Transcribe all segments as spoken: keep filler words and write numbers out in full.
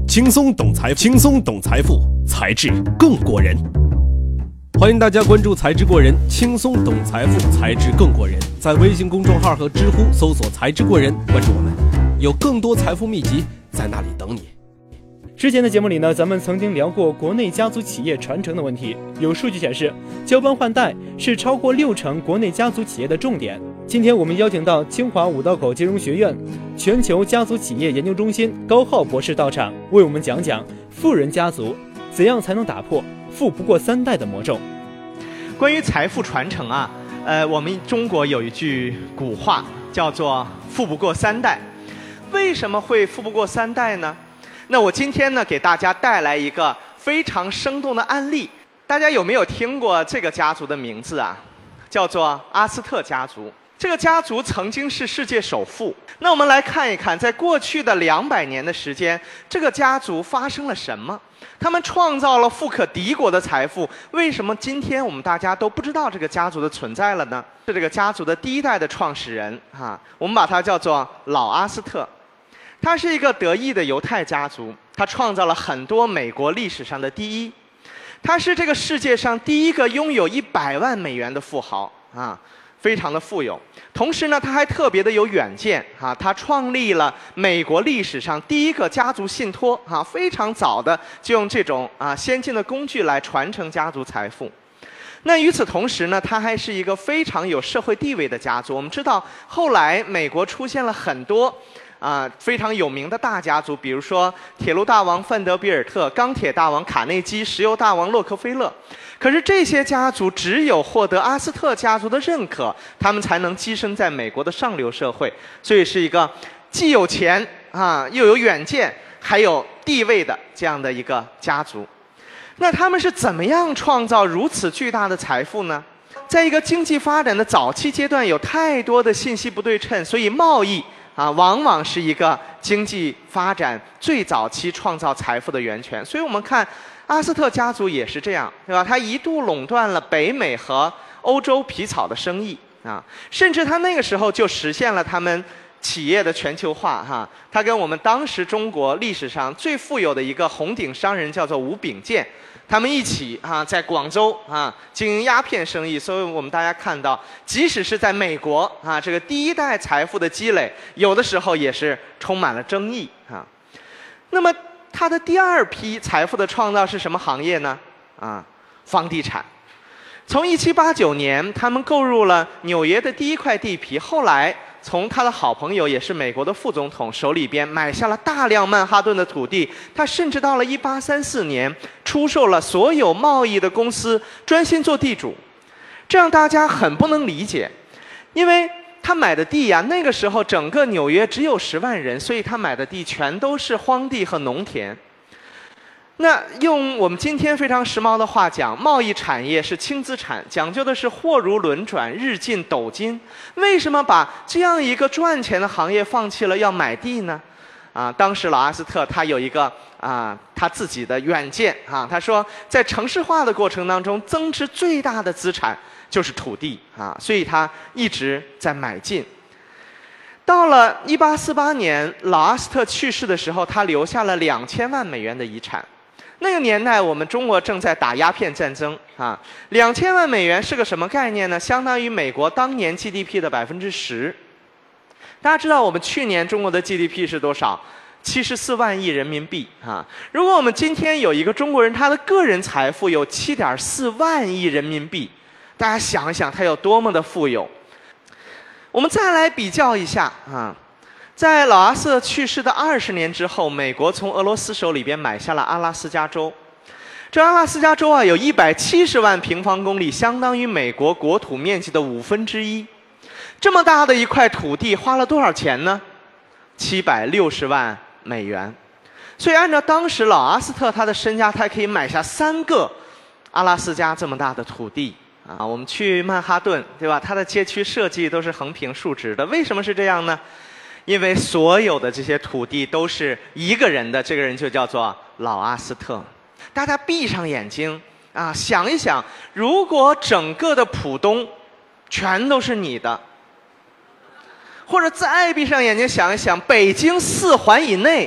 轻松懂财，轻松懂财富，才智更过人。欢迎大家关注才智过人，轻松懂财富，才智更过人。在微信公众号和知乎搜索才智过人，关注我们，有更多财富秘籍在那里等你。 之前的节目里呢，咱们曾经聊过国内家族企业传承的问题。有数据显示，交班换代是超过六成国内家族企业的重点。今天我们邀请到清华五道口金融学院全球家族企业研究中心高浩博士到场，为我们讲讲富人家族怎样才能打破富不过三代的魔咒。 关于财富传承啊，呃，我们中国有一句古话叫做“富不过三代”。为什么会富不过三代呢？那我今天呢，给大家带来一个非常生动的案例。大家有没有听过这个家族的名字啊？叫做阿斯特家族。这个家族曾经是世界首富。那我们来看一看，在过去的两百年的时间，这个家族发生了什么？他们创造了富可敌国的财富，为什么今天我们大家都不知道这个家族的存在了呢？是这个家族的第一代的创始人哈，我们把他叫做老阿斯特。他是一个德裔的犹太家族，他创造了很多美国历史上的第一。他是这个世界上第一个拥有一百万美元的富豪啊，非常的富有。同时呢，他还特别的有远见啊，他创立了美国历史上第一个家族信托啊，非常早的就用这种啊先进的工具来传承家族财富。那与此同时呢，他还是一个非常有社会地位的家族。我们知道，后来美国出现了很多啊，非常有名的大家族，比如说铁路大王范德比尔特、钢铁大王卡内基、石油大王洛克菲勒。可是这些家族只有获得阿斯特家族的认可，他们才能跻身在美国的上流社会。所以是一个既有钱啊，又有远见，还有地位的这样的一个家族。那他们是怎么样创造如此巨大的财富呢？在一个经济发展的早期阶段，有太多的信息不对称，所以贸易啊，往往是一个经济发展最早期创造财富的源泉。所以我们看阿斯特家族也是这样，对吧？他一度垄断了北美和欧洲皮草的生意啊，甚至他那个时候就实现了他们企业的全球化哈。他跟我们当时中国历史上最富有的一个红顶商人叫做吴秉健，他们一起啊在广州啊经营鸦片生意。所以我们大家看到，即使是在美国啊，这个第一代财富的积累，有的时候也是充满了争议啊。那么他的第二批财富的创造是什么行业呢？啊，房地产。从一七八九年，他们购入了纽约的第一块地皮，后来从他的好朋友也是美国的副总统手里边买下了大量曼哈顿的土地。他甚至到了一八三四年出售了所有贸易的公司，专心做地主。这让大家很不能理解，因为他买的地呀，那个时候整个纽约只有十万人，所以他买的地全都是荒地和农田。那用我们今天非常时髦的话讲，贸易产业是轻资产，讲究的是货如轮转，日进斗金。为什么把这样一个赚钱的行业放弃了要买地呢？啊，当时老阿斯特他有一个啊他自己的远见啊，他说在城市化的过程当中，增值最大的资产就是土地啊，所以他一直在买进。到了一八四八年，老阿斯特去世的时候，他留下了两千万美元的遗产。那个年代，我们中国正在打鸦片战争啊，两千万美元是个什么概念呢？相当于美国当年 G D P 的百分之十。大家知道我们去年中国的 G D P 是多少？七十四万亿人民币啊！如果我们今天有一个中国人，他的个人财富有七点四万亿人民币，大家想一想，他有多么的富有。我们再来比较一下啊。在老阿斯特去世的二十年之后，美国从俄罗斯手里边买下了阿拉斯加州。这阿拉斯加州啊，有一百七十万平方公里，相当于美国国土面积的五分之一。这么大的一块土地，花了多少钱呢？七百六十万美元。所以按照当时老阿斯特他的身家，他可以买下三个阿拉斯加这么大的土地啊。我们去曼哈顿，对吧？它的街区设计都是横平竖直的，为什么是这样呢？因为所有的这些土地都是一个人的，这个人就叫做老阿斯特。大家闭上眼睛啊，想一想，如果整个的浦东全都是你的，或者再闭上眼睛想一想，北京四环以内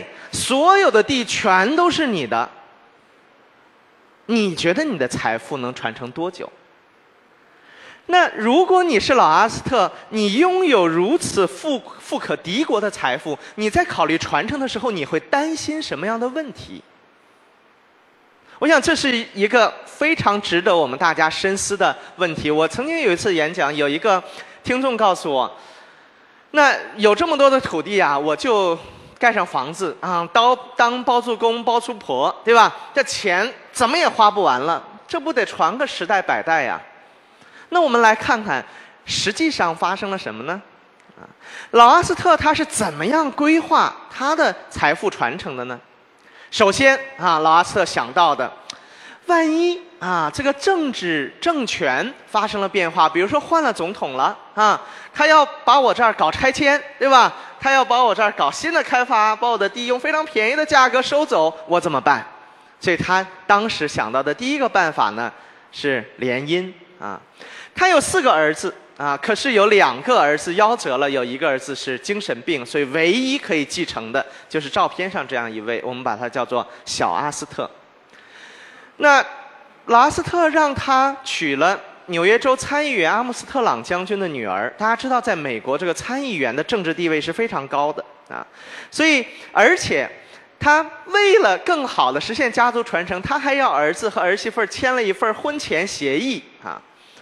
所有的地全都是你的，你觉得你的财富能传承多久？那如果你是老阿斯特，你拥有如此富富可敌国的财富，你在考虑传承的时候，你会担心什么样的问题？我想这是一个非常值得我们大家深思的问题。我曾经有一次演讲，有一个听众告诉我，那有这么多的土地啊，我就盖上房子啊，当当包租公包租婆，对吧？这钱怎么也花不完了，这不得传个十代百代呀？那我们来看看，实际上发生了什么呢？啊，老阿斯特他是怎么样规划他的财富传承的呢？首先啊，老阿斯特想到的，万一啊这个政治政权发生了变化，比如说换了总统了啊，他要把我这儿搞拆迁，对吧？他要把我这儿搞新的开发，把我的地用非常便宜的价格收走，我怎么办？所以他当时想到的第一个办法呢是联姻啊。他有四个儿子啊，可是有两个儿子夭折了，有一个儿子是精神病，所以唯一可以继承的就是照片上这样一位，我们把他叫做小阿斯特。那老阿斯特让他娶了纽约州参议员阿姆斯特朗将军的女儿。大家知道，在美国这个参议员的政治地位是非常高的啊，所以而且他为了更好的实现家族传承，他还要儿子和儿媳妇签了一份婚前协议啊。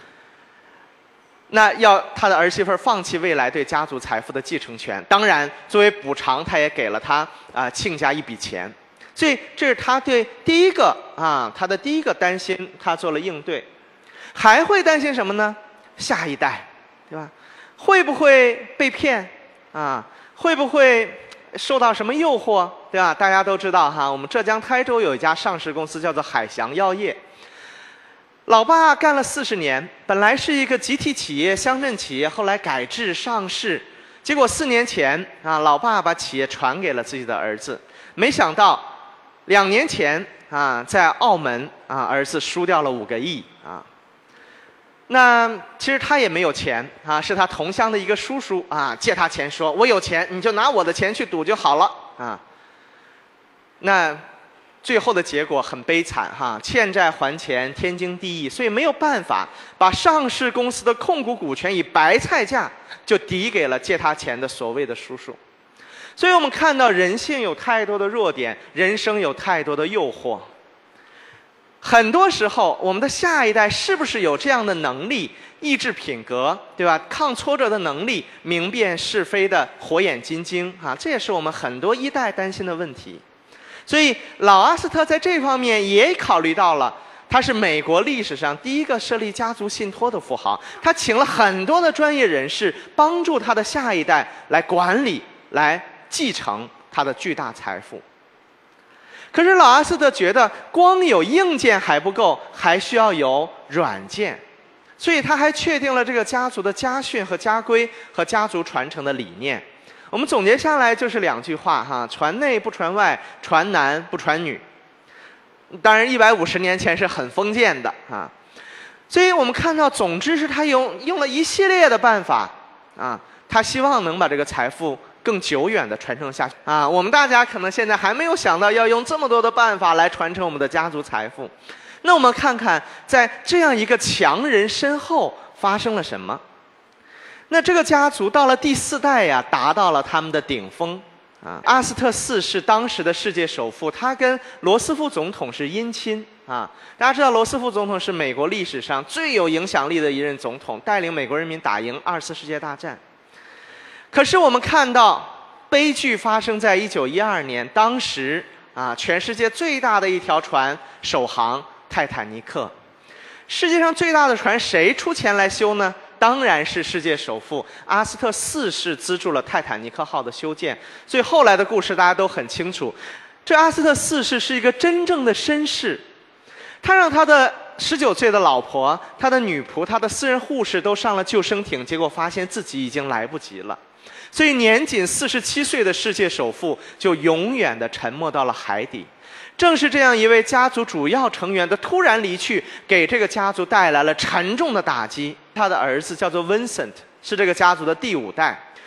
那要他的儿媳妇放弃未来对家族财富的继承权，当然作为补偿，他也给了他啊、呃、亲家一笔钱。所以这是他对第一个啊他的第一个担心，他做了应对。还会担心什么呢？下一代，对吧？会不会被骗啊？会不会受到什么诱惑，对吧？大家都知道哈，我们浙江台州有一家上市公司叫做海翔药业。老爸干了四十年，本来是一个集体企业、乡镇企业，后来改制上市。结果四年前啊，老爸把企业传给了自己的儿子，没想到两年前啊，在澳门啊，儿子输掉了五个亿啊。那其实他也没有钱啊，是他同乡的一个叔叔啊借他钱说，我有钱，你就拿我的钱去赌就好了啊。那最后的结果很悲惨哈，欠债还钱天经地义，所以没有办法把上市公司的控股股权以白菜价就抵给了借他钱的所谓的叔叔。所以我们看到人性有太多的弱点，人生有太多的诱惑。很多时候我们的下一代是不是有这样的能力，意志品格，对吧？抗挫折的能力，明辨是非的火眼金睛啊，这也是我们很多一代担心的问题。所以老阿斯特在这方面也考虑到了，他是美国历史上第一个设立家族信托的富豪，他请了很多的专业人士帮助他的下一代来管理，来继承他的巨大财富。可是老阿斯特觉得光有硬件还不够，还需要有软件，所以他还确定了这个家族的家训和家规和家族传承的理念。我们总结下来就是两句话哈：传内不传外，传男不传女。当然，一百五十年前是很封建的啊。所以我们看到，总之是他用用了一系列的办法啊，他希望能把这个财富更久远的传承下去啊。我们大家可能现在还没有想到要用这么多的办法来传承我们的家族财富。那我们看看，在这样一个强人身后发生了什么？那这个家族到了第四代呀，达到了他们的顶峰啊。阿斯特四世当时的世界首富，他跟罗斯福总统是姻亲啊。大家知道罗斯福总统是美国历史上最有影响力的一任总统，带领美国人民打赢二次世界大战。可是我们看到悲剧发生在一九一二年，当时啊，全世界最大的一条船首航泰坦尼克。世界上最大的船谁出钱来修呢？当然是世界首富阿斯特四世资助了泰坦尼克号的修建。所以后来的故事大家都很清楚，这阿斯特四世是一个真正的绅士，他让他的十九岁的老婆、他的女仆、他的私人护士都上了救生艇，结果发现自己已经来不及了。所以年仅四十七岁的世界首富就永远地沉没到了海底。正是这样一位家族主要成员的突然离去，给这个家族带来了沉重的打击。他的儿子叫做 Vincent， 是这个家族的第五代。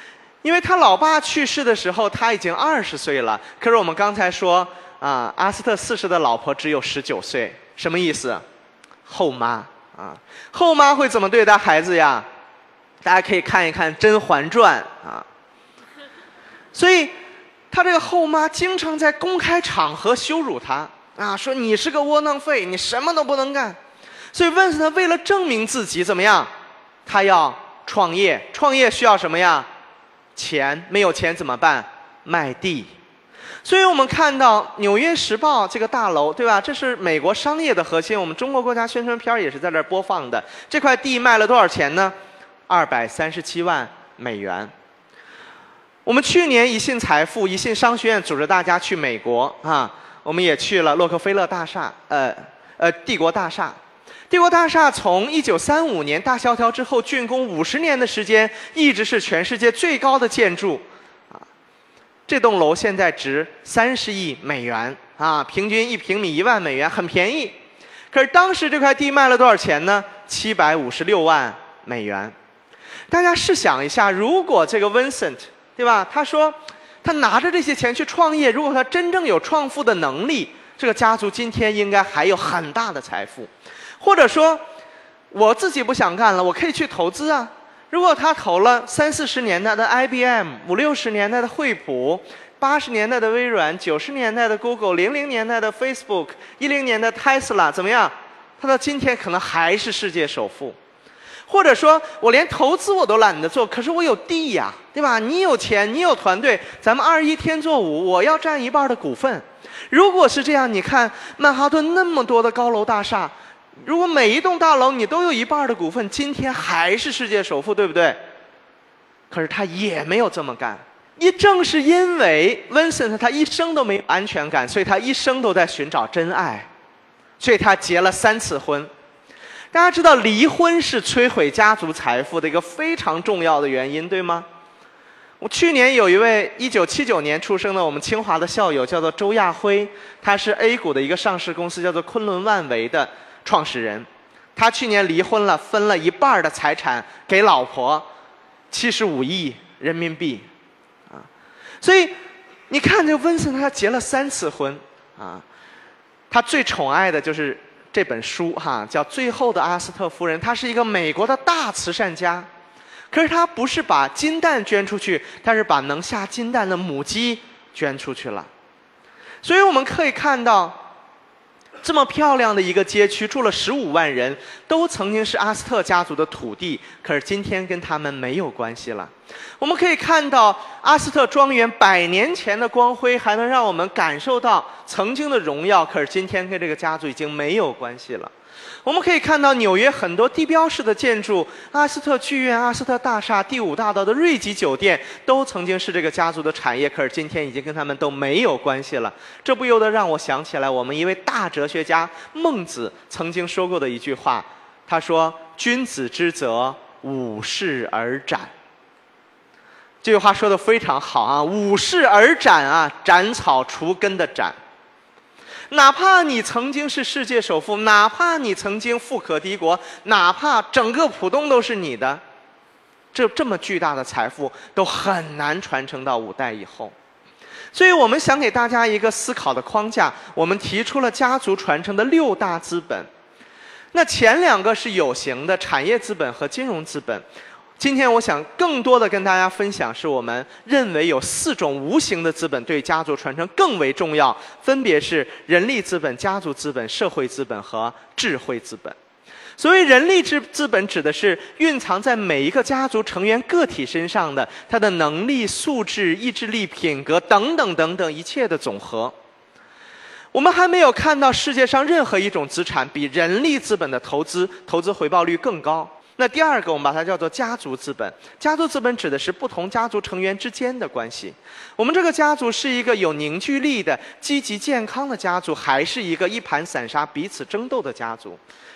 因为他老爸去世的时候他已经二十岁了，可是我们刚才说啊，阿斯特四世的老婆只有十九岁，什么意思？后妈啊，后妈会怎么对待孩子呀？大家可以看一看《甄嬛传》啊。所以，他这个后妈经常在公开场合羞辱他啊，说你是个窝囊废，你什么都不能干。所以温斯特为了证明自己怎么样，他要创业，创业需要什么呀？钱，没有钱怎么办？卖地。所以我们看到《纽约时报》这个大楼，对吧？这是美国商业的核心，我们中国国家宣传片也是在这儿播放的。这块地卖了多少钱呢？二百三十七万美元。我们去年宜信财富、宜信商学院组织大家去美国啊，我们也去了洛克菲勒大厦，呃呃，帝国大厦。帝国大厦从一九三五年大萧条之后竣工五十年的时间，一直是全世界最高的建筑。这栋楼现在值三十亿美元啊，平均一平米一万美元，很便宜。可是当时这块地卖了多少钱呢？七百五十六万美元。大家试想一下，如果这个 Vincent， 对吧？他说他拿着这些钱去创业，如果他真正有创富的能力，这个家族今天应该还有很大的财富。或者说，我自己不想干了，我可以去投资啊。如果他投了三四十年代的 I B M， 五六十年代的惠普，八十年代的微软，九十年代的 Google， 零零年代的 Facebook， 一零年的 Tesla， 怎么样？他到今天可能还是世界首富。或者说我连投资我都懒得做，可是我有地呀，对吧？你有钱，你有团队，咱们二一天作五，我要占一半的股份。如果是这样，你看曼哈顿那么多的高楼大厦，如果每一栋大楼你都有一半的股份，今天还是世界首富，对不对？可是他也没有这么干。也正是因为 Vincent 他一生都没有安全感，所以他一生都在寻找真爱，所以他结了三次婚。大家知道离婚是摧毁家族财富的一个非常重要的原因，对吗？我去年有一位一九七九年出生的我们清华的校友叫做周亚辉，他是 A 股的一个上市公司叫做昆仑万维的创始人。他去年离婚了，分了一半的财产给老婆，七十五亿人民币啊。所以你看这个温森他结了三次婚啊，他最宠爱的就是这本书哈，叫《最后的阿斯特夫人》。他是一个美国的大慈善家，可是他不是把金蛋捐出去，他是把能下金蛋的母鸡捐出去了。所以我们可以看到，这么漂亮的一个街区，住了十五万人，都曾经是阿斯特家族的土地，可是今天跟他们没有关系了。我们可以看到阿斯特庄园百年前的光辉，还能让我们感受到曾经的荣耀，可是今天跟这个家族已经没有关系了。我们可以看到纽约很多地标式的建筑，阿斯特剧院、阿斯特大厦、第五大道的瑞吉酒店，都曾经是这个家族的产业，可是今天已经跟他们都没有关系了。这不由得让我想起来我们一位大哲学家孟子曾经说过的一句话，他说：“君子之泽，五世而斩。”这句话说得非常好啊，五世而斩啊，斩草除根的斩。哪怕你曾经是世界首富，哪怕你曾经富可敌国，哪怕整个浦东都是你的，这这么巨大的财富都很难传承到五代以后。所以我们想给大家一个思考的框架，我们提出了家族传承的六大资本。那前两个是有形的，产业资本和金融资本。今天我想更多的跟大家分享，是我们认为有四种无形的资本对家族传承更为重要，分别是人力资本、家族资本、社会资本和智慧资本。所谓人力资资本，指的是蕴藏在每一个家族成员个体身上的他的能力、素质、意志力、品格等等等等一切的总和。我们还没有看到世界上任何一种资产比人力资本的投资投资回报率更高。那第二个我们把它叫做家族资本。家族资本指的是不同家族成员之间的关系。我们这个家族是一个有凝聚力的、积极健康的家族，还是一个一盘散沙、彼此争斗的家族？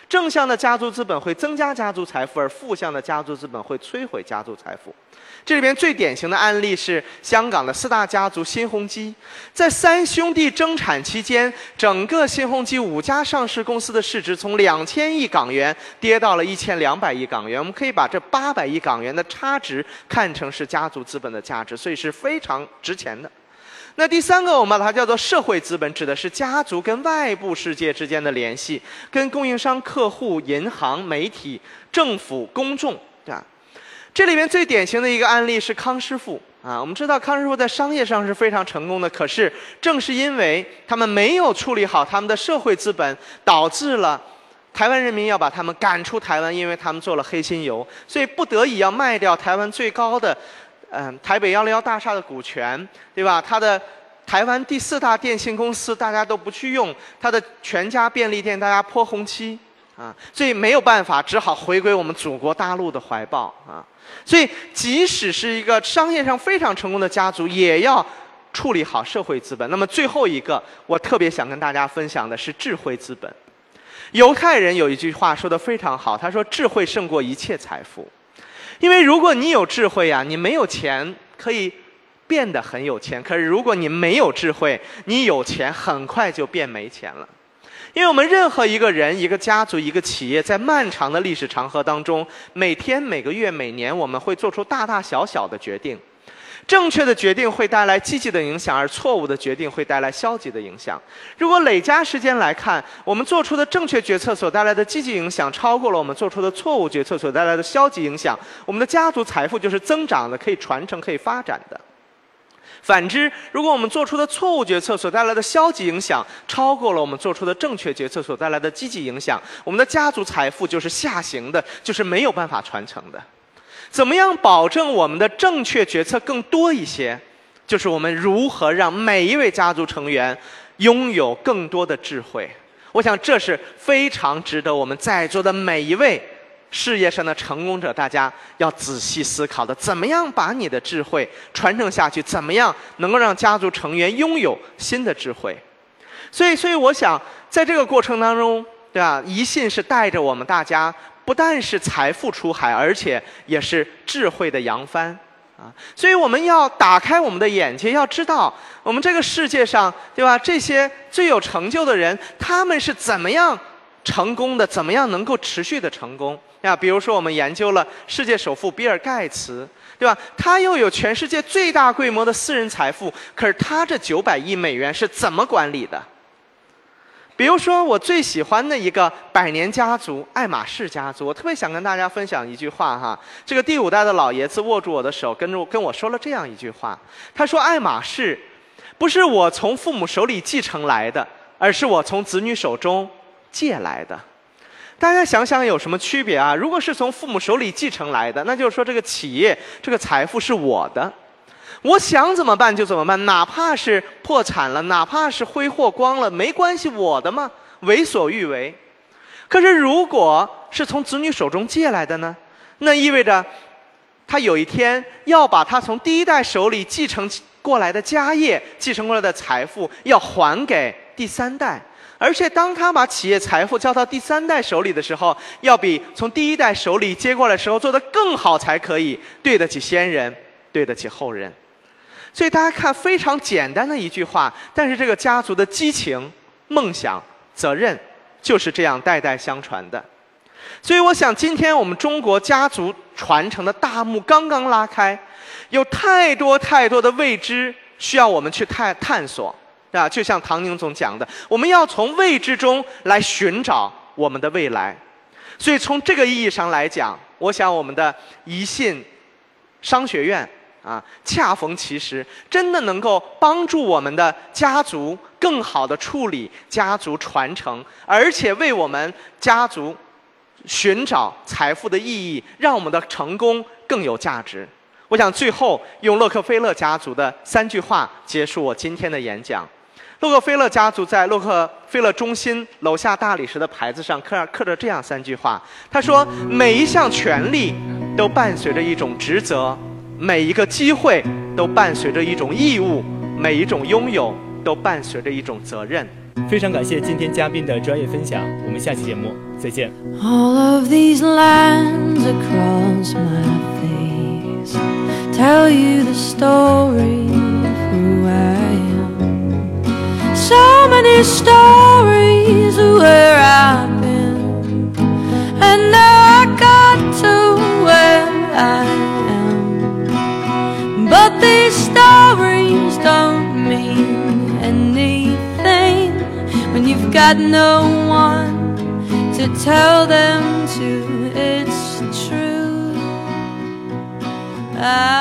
正向的家族资本会增加家族财富，而负向的家族资本会摧毁家族财富。这里边最典型的案例是香港的四大家族新鸿基，在三兄弟争产期间，整个新鸿基五家上市公司的市值从两千亿港元跌到了一千两百亿港元。我们可以把这八百亿港元的差值看成是家族资本的价值，所以是非常值钱的。那第三个，我们把它叫做社会资本，指的是家族跟外部世界之间的联系，跟供应商、客户、银行、媒体、政府、公众，对吧？这里面最典型的一个案例是康师傅啊，我们知道康师傅在商业上是非常成功的，可是正是因为他们没有处理好他们的社会资本，导致了台湾人民要把他们赶出台湾，因为他们做了黑心油，所以不得已要卖掉台湾最高的嗯、呃，台北一零一大厦的股权，对吧？它的台湾第四大电信公司大家都不去用，它的全家便利店大家泼红漆啊，所以没有办法，只好回归我们祖国大陆的怀抱啊。所以，即使是一个商业上非常成功的家族，也要处理好社会资本。那么最后一个，我特别想跟大家分享的是智慧资本。犹太人有一句话说得非常好，他说：“智慧胜过一切财富。”因为如果你有智慧呀、啊，你没有钱可以变得很有钱；可是如果你没有智慧，你有钱很快就变没钱了。因为我们任何一个人、一个家族、一个企业，在漫长的历史长河当中，每天、每个月、每年，我们会做出大大小小的决定。正确的决定会带来积极的影响，而错误的决定会带来消极的影响。如果累加时间来看，我们做出的正确决策所带来的积极影响，超过了我们做出的错误决策所带来的消极影响，我们的家族财富就是增长的，可以传承、可以发展的。反之，如果我们做出的错误决策所带来的消极影响超过了我们做出的正确决策所带来的积极影响，我们的家族财富就是下行的，就是没有办法传承的。怎么样保证我们的正确决策更多一些？就是我们如何让每一位家族成员拥有更多的智慧。我想这是非常值得我们在座的每一位事业上的成功者，大家要仔细思考的。怎么样把你的智慧传承下去？怎么样能够让家族成员拥有新的智慧？所以，所以我想在这个过程当中，对吧？宜信是带着我们大家，不但是财富出海，而且也是智慧的扬帆啊！所以我们要打开我们的眼界，要知道我们这个世界上，对吧？这些最有成就的人，他们是怎么样成功的？怎么样能够持续的成功？啊，比如说我们研究了世界首富比尔盖茨，对吧？他又有全世界最大规模的私人财富，可是他这九百亿美元是怎么管理的？比如说我最喜欢的一个百年家族爱马仕家族，我特别想跟大家分享一句话哈。这个第五代的老爷子握住我的手，跟着跟我说了这样一句话，他说：“爱马仕不是我从父母手里继承来的，而是我从子女手中借来的。”大家想想有什么区别啊？如果是从父母手里继承来的，那就是说这个企业、这个财富是我的，我想怎么办就怎么办，哪怕是破产了，哪怕是挥霍光了，没关系，我的嘛，为所欲为。可是如果是从子女手中借来的呢？那意味着他有一天要把他从第一代手里继承过来的家业、继承过来的财富要还给第三代。而且当他把企业财富交到第三代手里的时候，要比从第一代手里接过来的时候做得更好才可以，对得起先人，对得起后人。所以大家看，非常简单的一句话，但是这个家族的激情、梦想、责任就是这样代代相传的。所以我想今天我们中国家族传承的大幕刚刚拉开，有太多太多的未知需要我们去探探索啊！就像唐宁总讲的，我们要从未知中来寻找我们的未来。所以从这个意义上来讲，我想我们的宜信商学院啊，恰逢其时，真的能够帮助我们的家族更好的处理家族传承，而且为我们家族寻找财富的意义，让我们的成功更有价值。我想最后用洛克菲勒家族的三句话结束我今天的演讲。洛克菲勒家族在洛克菲勒中心楼下大理石的牌子上刻刻着这样三句话，他说：每一项权利都伴随着一种职责，每一个机会都伴随着一种义务，每一种拥有都伴随着一种责任。 非常感谢今天嘉宾的专业分享，我们下期节目再见。 All of these lines across my face tell you the story of who I am. So many stories of where I've been, and now I got to where I am. But these stories don't mean anything when you've got no one to tell them to. It's true. I